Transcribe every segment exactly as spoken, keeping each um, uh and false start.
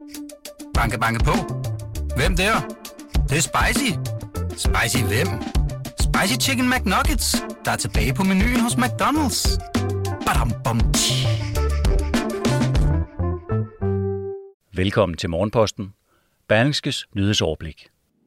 Banke, banke på. Hvem der? Det, det er spicy. Spicy hvem? Spicy Chicken McNuggets, der er tilbage på menuen hos McDonald's. Badum, bom, Velkommen til Morgenposten, Berlingskes nyhedsoverblik.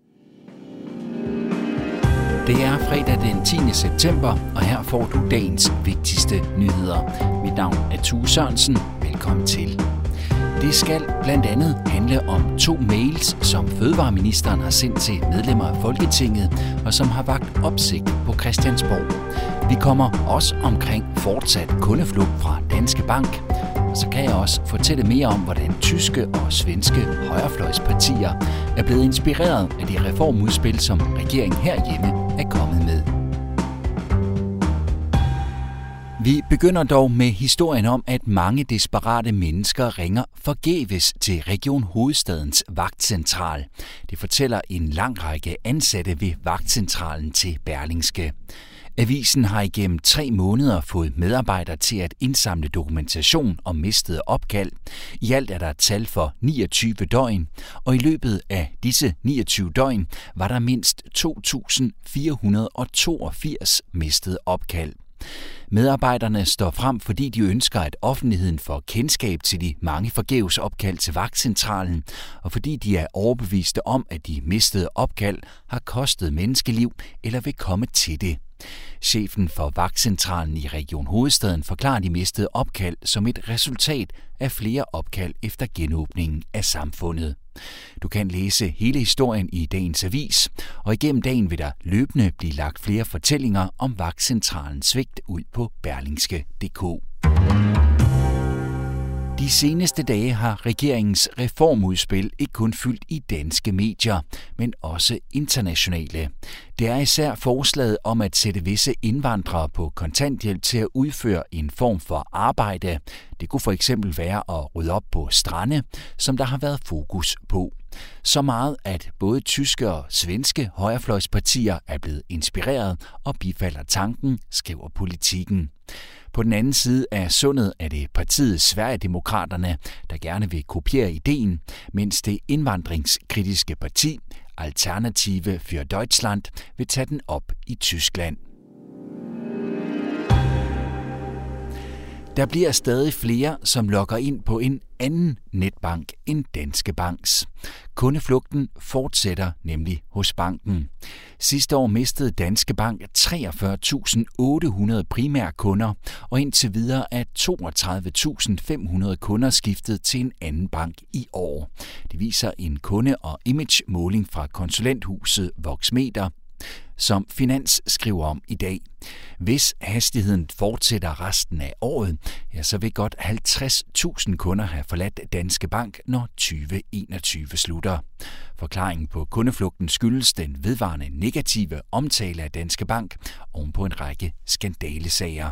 Det er fredag den tiende september, og her får du dagens vigtigste nyheder. Mit navn er Tue Sørensen. Velkommen til. Det skal blandt andet handle om to mails, som fødevareministeren har sendt til medlemmer af Folketinget, og som har vakt opsigt på Christiansborg. Vi kommer også omkring fortsat kundeflugt fra Danske Bank, og så kan jeg også fortælle mere om, hvordan tyske og svenske højrefløjspartier er blevet inspireret af de reformudspil, som regeringen herhjemme er kommet med. Vi begynder dog med historien om, at mange desperate mennesker ringer forgæves til Region Hovedstadens vagtcentral. Det fortæller en lang række ansatte ved vagtcentralen til Berlingske. Avisen har igennem tre måneder fået medarbejdere til at indsamle dokumentation om mistede opkald. I alt er der et tal for niogtyve døgn, og i løbet af disse niogtyve døgn var der mindst to tusind fire hundrede toogfirs mistede opkald. Medarbejderne står frem, fordi de ønsker, at offentligheden får kendskab til de mange forgæves opkald til vagtcentralen, og fordi de er overbeviste om, at de mistede opkald har kostet menneskeliv eller vil komme til det. Chefen for vagtcentralen i Region Hovedstaden forklarer de mistede opkald som et resultat af flere opkald efter genåbningen af samfundet. Du kan læse hele historien i dagens avis, og igennem dagen vil der løbende blive lagt flere fortællinger om vagtcentralens svigt ud på berlingske punktum d k. De seneste dage har regeringens reformudspil ikke kun fyldt i danske medier, men også internationale. Det er især forslaget om at sætte visse indvandrere på kontanthjælp til at udføre en form for arbejde. Det kunne for eksempel være at rydde op på strande, som der har været fokus på. Så meget, at både tyske og svenske højrefløjspartier er blevet inspireret og bifalder tanken, skriver Politiken. På den anden side af sundet er det partiet Sverigedemokraterne, der gerne vil kopiere ideen, mens det indvandringskritiske parti Alternative für Deutschland vil tage den op i Tyskland. Der bliver stadig flere, som logger ind på en anden netbank end Danske Banks. Kundeflugten fortsætter nemlig hos banken. Sidste år mistede Danske Bank treogfyrre tusind otte hundrede primærkunder, og indtil videre er toogtredive tusind fem hundrede kunder skiftet til en anden bank i år. Det viser en kunde- og imagemåling fra konsulenthuset Voxmeter, som Finans skriver om i dag. Hvis hastigheden fortsætter resten af året, ja, så vil godt halvtreds tusind kunder have forladt Danske Bank, når tyve enogtyve slutter. Forklaringen på kundeflugten skyldes den vedvarende negative omtale af Danske Bank ovenpå en række skandalesager.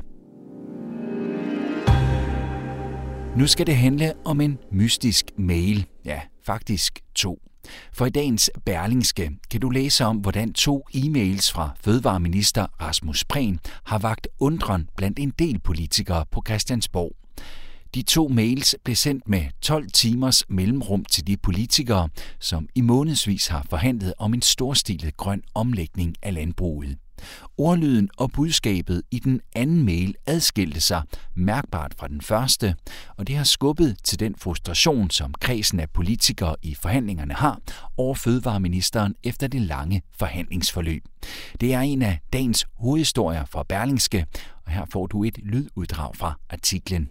Nu skal det handle om en mystisk mail. Ja, faktisk to. For i dagens Berlingske kan du læse om, hvordan to e-mails fra fødevareminister Rasmus Prehn har vakt undren blandt en del politikere på Christiansborg. De to mails blev sendt med tolv timers mellemrum til de politikere, som i månedsvis har forhandlet om en storstilet grøn omlægning af landbruget. Ordlyden og budskabet i den anden mail adskilte sig mærkbart fra den første, og det har skubbet til den frustration, som kredsen af politikere i forhandlingerne har over fødevareministeren efter det lange forhandlingsforløb. Det er en af dagens hovedhistorier fra Berlingske, og her får du et lyduddrag fra artiklen.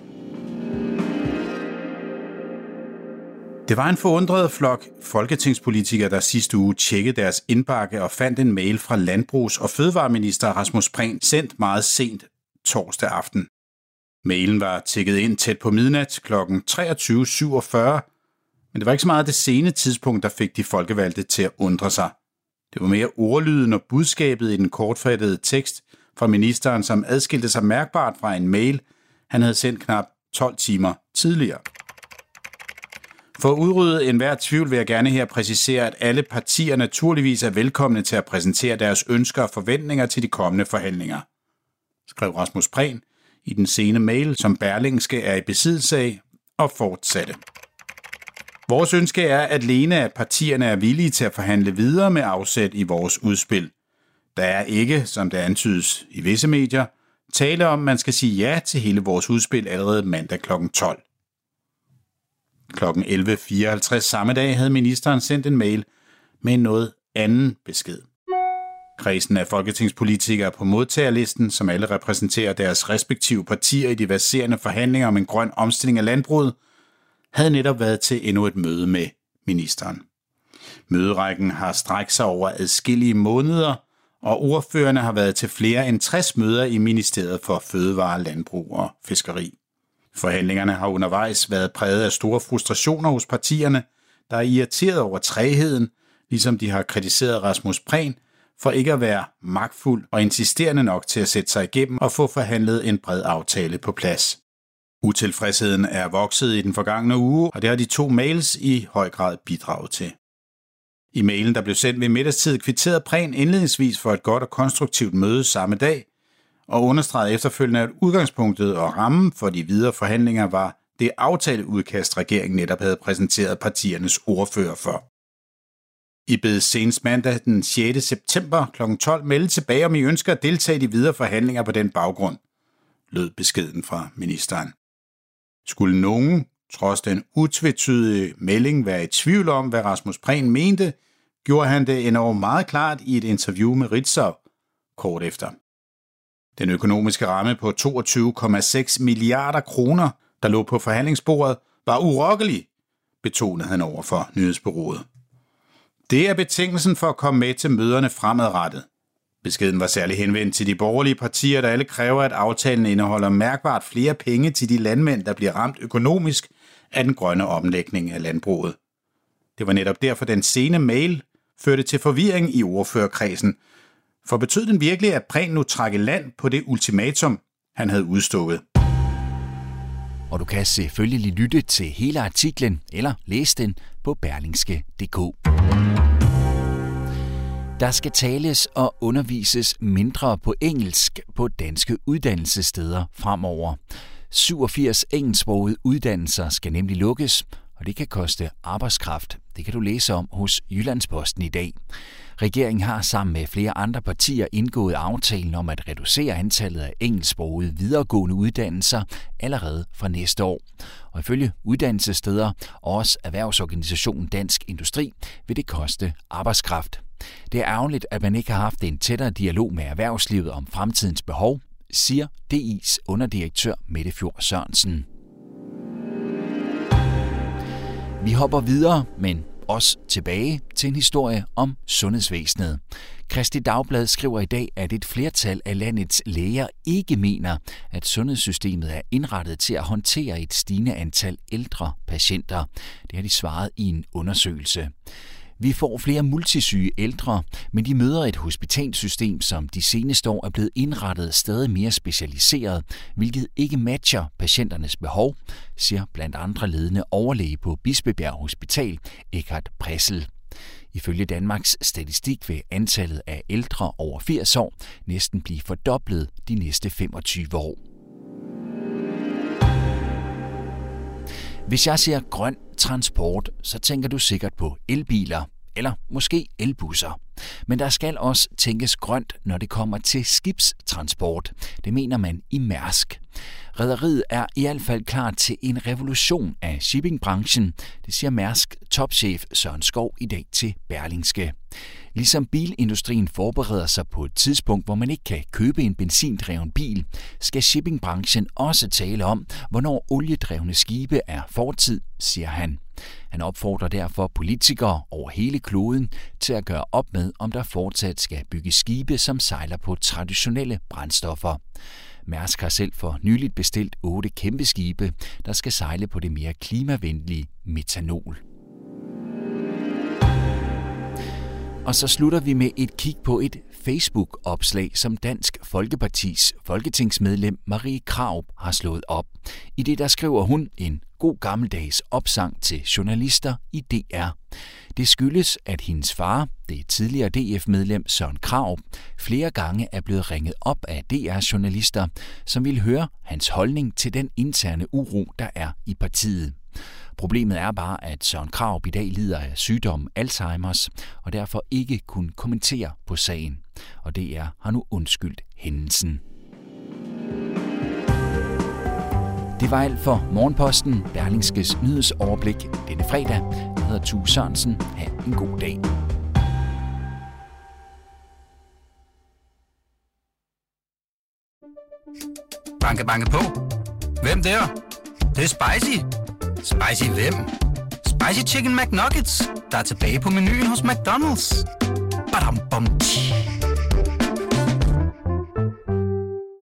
Det var en forundret flok folketingspolitikere, der sidste uge tjekkede deres indbakke og fandt en mail fra landbrugs- og fødevareminister Rasmus Prehn sendt meget sent torsdag aften. Mailen var tækket ind tæt på midnat klokken treogtyve syvogfyrre, men det var ikke så meget det sene tidspunkt, der fik de folkevalgte til at undre sig. Det var mere ordlyden og budskabet i den kortfattede tekst fra ministeren, som adskilte sig mærkbart fra en mail, han havde sendt knap tolv timer tidligere. For at udrydde enhver tvivl vil jeg gerne her præcisere, at alle partier naturligvis er velkomne til at præsentere deres ønsker og forventninger til de kommende forhandlinger, skrev Rasmus Prehn i den sene mail, som Berlingske er i besiddelse af, og fortsatte. Vores ønske er alene, at partierne er villige til at forhandle videre med afsæt i vores udspil. Der er ikke, som det antydes i visse medier, tale om, at man skal sige ja til hele vores udspil allerede mandag klokken tolv. klokken elleve fireoghalvtreds samme dag havde ministeren sendt en mail med en noget anden besked. Kredsen af folketingspolitikere på modtagerlisten, som alle repræsenterer deres respektive partier i de verserende forhandlinger om en grøn omstilling af landbruget, havde netop været til endnu et møde med ministeren. Møderækken har strækt sig over adskillige måneder, og ordførerne har været til flere end tres møder i Ministeriet for Fødevare, Landbrug og Fiskeri. Forhandlingerne har undervejs været præget af store frustrationer hos partierne, der er irriteret over trægheden, ligesom de har kritiseret Rasmus Prehn for ikke at være magtfuld og insisterende nok til at sætte sig igennem og få forhandlet en bred aftale på plads. Utilfredsheden er vokset i den forgangne uge, og det har de to mails i høj grad bidraget til. I mailen, der blev sendt ved middagstid, kvitterede Prehn indledningsvis for et godt og konstruktivt møde samme dag, og understregede efterfølgende, at udgangspunktet og rammen for de videre forhandlinger var det aftaleudkast, regeringen netop havde præsenteret partiernes ordfører for. I bedes senest mandag den sjette september klokken tolv melde tilbage, om I ønsker at deltage i de videre forhandlinger på den baggrund, lød beskeden fra ministeren. Skulle nogen, trods den utvetydige melding, være i tvivl om, hvad Rasmus Prehn mente, gjorde han det endnu meget klart i et interview med Ritzau kort efter. Den økonomiske ramme på toogtyve komma seks milliarder kroner, der lå på forhandlingsbordet, var urokkelig, betonede han over for nyhedsbureauet. Det er betingelsen for at komme med til møderne fremadrettet. Beskeden var særlig henvendt til de borgerlige partier, der alle kræver, at aftalen indeholder mærkbart flere penge til de landmænd, der bliver ramt økonomisk af den grønne omlægning af landbruget. Det var netop derfor, den sene mail førte til forvirring i ordførerkredsen. For betød den virkelig, at Prehn nu trække land på det ultimatum, han havde udstukket? Og du kan selvfølgelig lytte til hele artiklen eller læse den på berlingske punktum d k. Der skal tales og undervises mindre på engelsk på danske uddannelsessteder fremover. syvogfirs engelsksprogede uddannelser skal nemlig lukkes, og det kan koste arbejdskraft. Det kan du læse om hos Jyllandsposten i dag. Regeringen har sammen med flere andre partier indgået aftalen om at reducere antallet af engelsksprogede videregående uddannelser allerede fra næste år. Og ifølge uddannelsessteder og også erhvervsorganisationen Dansk Industri vil det koste arbejdskraft. Det er ærgerligt, at man ikke har haft en tættere dialog med erhvervslivet om fremtidens behov, siger D I's underdirektør Mette Fjord Sørensen. Vi hopper videre, men også tilbage til en historie om sundhedsvæsenet. Kristi Dagblad skriver i dag, at et flertal af landets læger ikke mener, at sundhedssystemet er indrettet til at håndtere et stigende antal ældre patienter. Det har de svaret i en undersøgelse. Vi får flere multisyge ældre, men de møder et hospitalsystem, som de seneste år er blevet indrettet stadig mere specialiseret, hvilket ikke matcher patienternes behov, siger blandt andre ledende overlæge på Bispebjerg Hospital, Eckhard Pressel. Ifølge Danmarks Statistik vil antallet af ældre over firs år næsten blive fordoblet de næste femogtyve år. Hvis jeg siger grøn transport, så tænker du sikkert på elbiler, eller måske elbusser. Men der skal også tænkes grønt, når det kommer til skibstransport. Det mener man i Mærsk. Rederiet er i hvert fald klar til en revolution af shippingbranchen, det siger Mærsk topchef Søren Skov i dag til Berlingske. Ligesom bilindustrien forbereder sig på et tidspunkt, hvor man ikke kan købe en benzindreven bil, skal shippingbranchen også tale om, hvornår oliedrevne skibe er fortid, siger han. Han opfordrer derfor politikere over hele kloden til at gøre op med, om der fortsat skal bygge skibe, som sejler på traditionelle brændstoffer. Mærsk har selv for nyligt bestilt otte kæmpe skibe, der skal sejle på det mere klimavenlige metanol. Og så slutter vi med et kig på et Facebook-opslag, som Dansk Folkepartis folketingsmedlem Marie Krarup har slået op. I det der skriver hun en god gammeldags opsang til journalister i D R. Det skyldes, at hendes far, det tidligere D F-medlem Søren Krarup, flere gange er blevet ringet op af D R-journalister, som ville høre hans holdning til den interne uro, der er i partiet. Problemet er bare, at Søren Krarup i dag lider af sygdommen Alzheimers, og derfor ikke kunne kommentere på sagen. Og D R har nu undskyldt hændelsen. Det var alt for Morgenposten, Berlingskes nyhedsoverblik denne fredag. Jeg hedder Tue Sørensen. Ha' en god dag. Banke, banke på. Hvem der? Det, det er spicy. Spicy hvem? Spicy Chicken McNuggets, der er tilbage på menuen hos McDonald's. Badum, bom, tji.